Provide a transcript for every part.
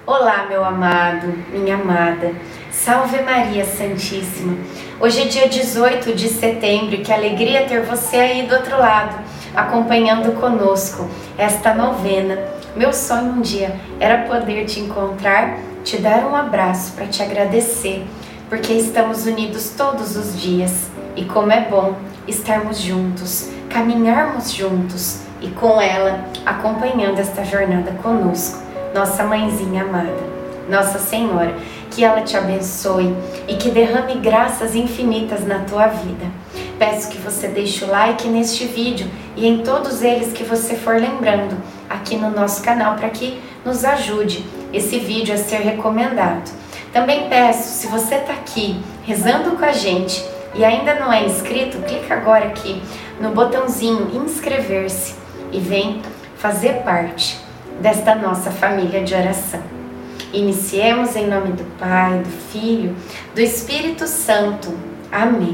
Olá, meu amado, minha amada, salve Maria Santíssima. Hoje é dia 18 de setembro e que alegria ter você aí do outro lado, acompanhando conosco esta novena. Meu sonho um dia era poder te encontrar, te dar um abraço para te agradecer, porque estamos unidos todos os dias e como é bom estarmos juntos, caminharmos juntos e com ela acompanhando esta jornada conosco. Nossa mãezinha amada, Nossa Senhora, que ela te abençoe e que derrame graças infinitas na tua vida. Peço que você deixe o like neste vídeo e em todos eles que você for lembrando aqui no nosso canal para que nos ajude esse vídeo a ser recomendado. Também peço, se você está aqui rezando com a gente e ainda não é inscrito, clica agora aqui no botãozinho inscrever-se e vem fazer parte desta nossa família de oração. Iniciemos em nome do Pai, do Filho, do Espírito Santo. Amém.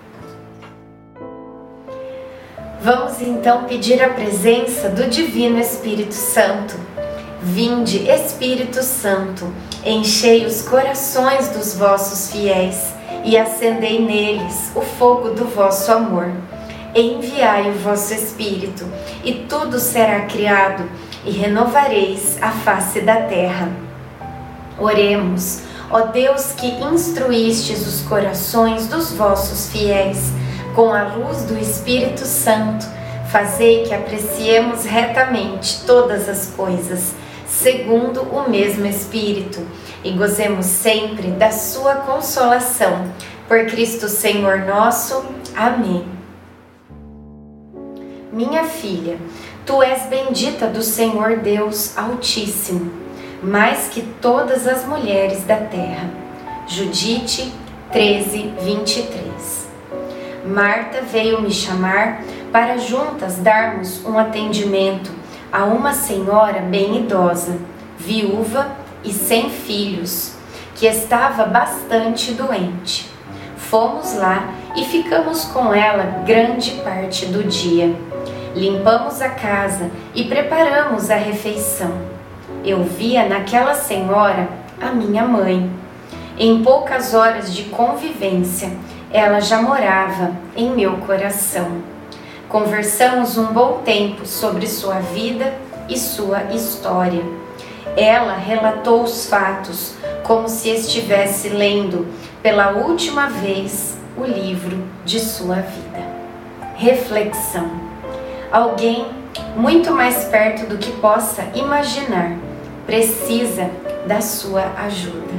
Vamos então pedir a presença do Divino Espírito Santo. Vinde, Espírito Santo, enchei os corações dos vossos fiéis e acendei neles o fogo do vosso amor. Enviai o vosso Espírito e tudo será criado e renovareis a face da terra. Oremos, ó Deus que instruístes os corações dos vossos fiéis com a luz do Espírito Santo, fazei que apreciemos retamente todas as coisas, segundo o mesmo Espírito, e gozemos sempre da sua consolação. Por Cristo Senhor nosso. Amém. Minha filha, tu és bendita do Senhor Deus Altíssimo, mais que todas as mulheres da terra. Judite 13:23. Marta veio me chamar para juntas darmos um atendimento a uma senhora bem idosa, viúva e sem filhos, que estava bastante doente. Fomos lá e ficamos com ela grande parte do dia. Limpamos a casa e preparamos a refeição. Eu via naquela senhora a minha mãe. Em poucas horas de convivência, ela já morava em meu coração. Conversamos um bom tempo sobre sua vida e sua história. Ela relatou os fatos como se estivesse lendo pela última vez o livro de sua vida. Reflexão. Alguém muito mais perto do que possa imaginar precisa da sua ajuda.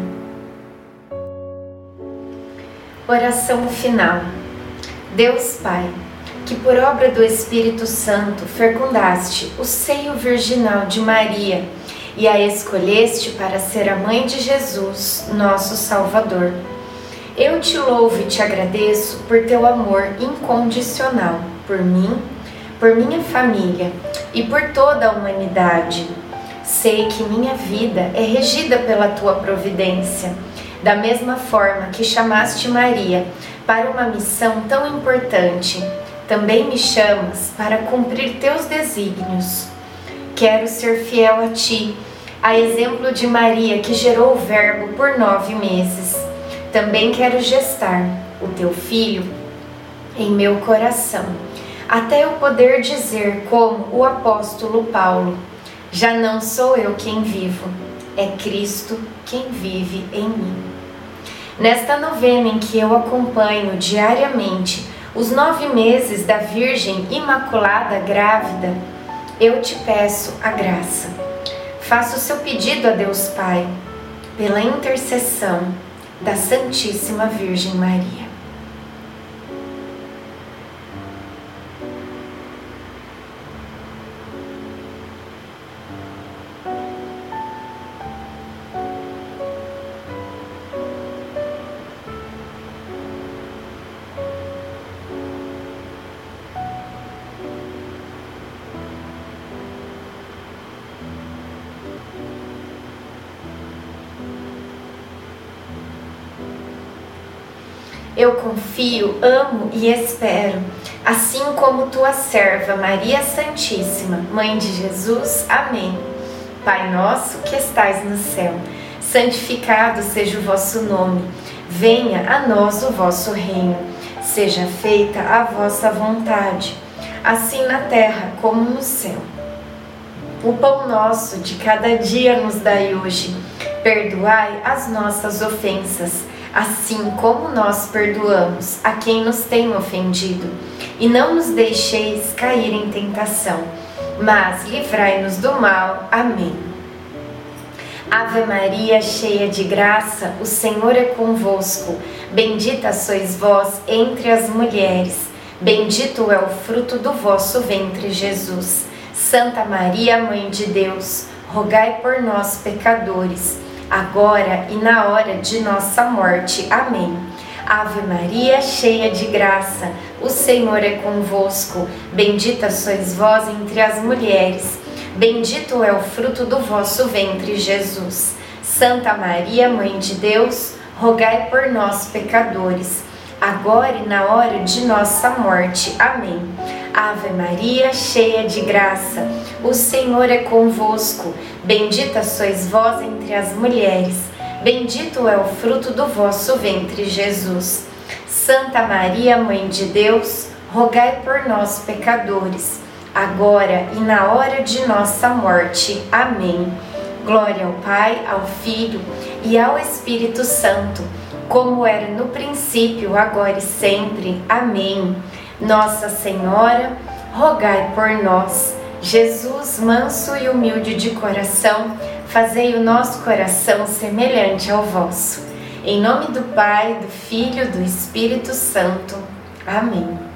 Oração final. Deus Pai, que por obra do Espírito Santo fecundaste o seio virginal de Maria e a escolheste para ser a mãe de Jesus, nosso Salvador. Eu te louvo e te agradeço por teu amor incondicional por mim, por minha família e por toda a humanidade. Sei que minha vida é regida pela tua providência, da mesma forma que chamaste Maria para uma missão tão importante, também me chamas para cumprir teus desígnios. Quero ser fiel a ti, a exemplo de Maria que gerou o Verbo por 9 meses. Também quero gestar o teu Filho em meu coração, até eu poder dizer como o apóstolo Paulo: já não sou eu quem vivo, é Cristo quem vive em mim. Nesta novena em que eu acompanho diariamente os 9 meses da Virgem Imaculada Grávida, eu te peço a graça. Faça o seu pedido a Deus Pai, pela intercessão da Santíssima Virgem Maria. Eu confio, amo e espero, assim como tua serva Maria Santíssima, Mãe de Jesus. Amém. Pai nosso que estais no céu, santificado seja o vosso nome. Venha a nós o vosso reino. Seja feita a vossa vontade, assim na terra como no céu. O pão nosso de cada dia nos dai hoje. Perdoai as nossas ofensas, assim como nós perdoamos a quem nos tem ofendido. E não nos deixeis cair em tentação, mas livrai-nos do mal. Amém. Ave Maria, cheia de graça, o Senhor é convosco. Bendita sois vós entre as mulheres. Bendito é o fruto do vosso ventre, Jesus. Santa Maria, Mãe de Deus, rogai por nós, pecadores, agora e na hora de nossa morte. Amém. Ave Maria, cheia de graça, o Senhor é convosco. Bendita sois vós entre as mulheres. Bendito é o fruto do vosso ventre, Jesus. Santa Maria, Mãe de Deus, rogai por nós, pecadores, agora e na hora de nossa morte. Amém. Ave Maria, cheia de graça, o Senhor é convosco. Bendita sois vós entre as mulheres. Bendito é o fruto do vosso ventre, Jesus. Santa Maria, Mãe de Deus, rogai por nós, pecadores, agora e na hora de nossa morte. Amém. Glória ao Pai, ao Filho e ao Espírito Santo, como era no princípio, agora e sempre. Amém. Nossa Senhora, rogai por nós. Jesus, manso e humilde de coração, fazei o nosso coração semelhante ao vosso. Em nome do Pai, do Filho e do Espírito Santo. Amém.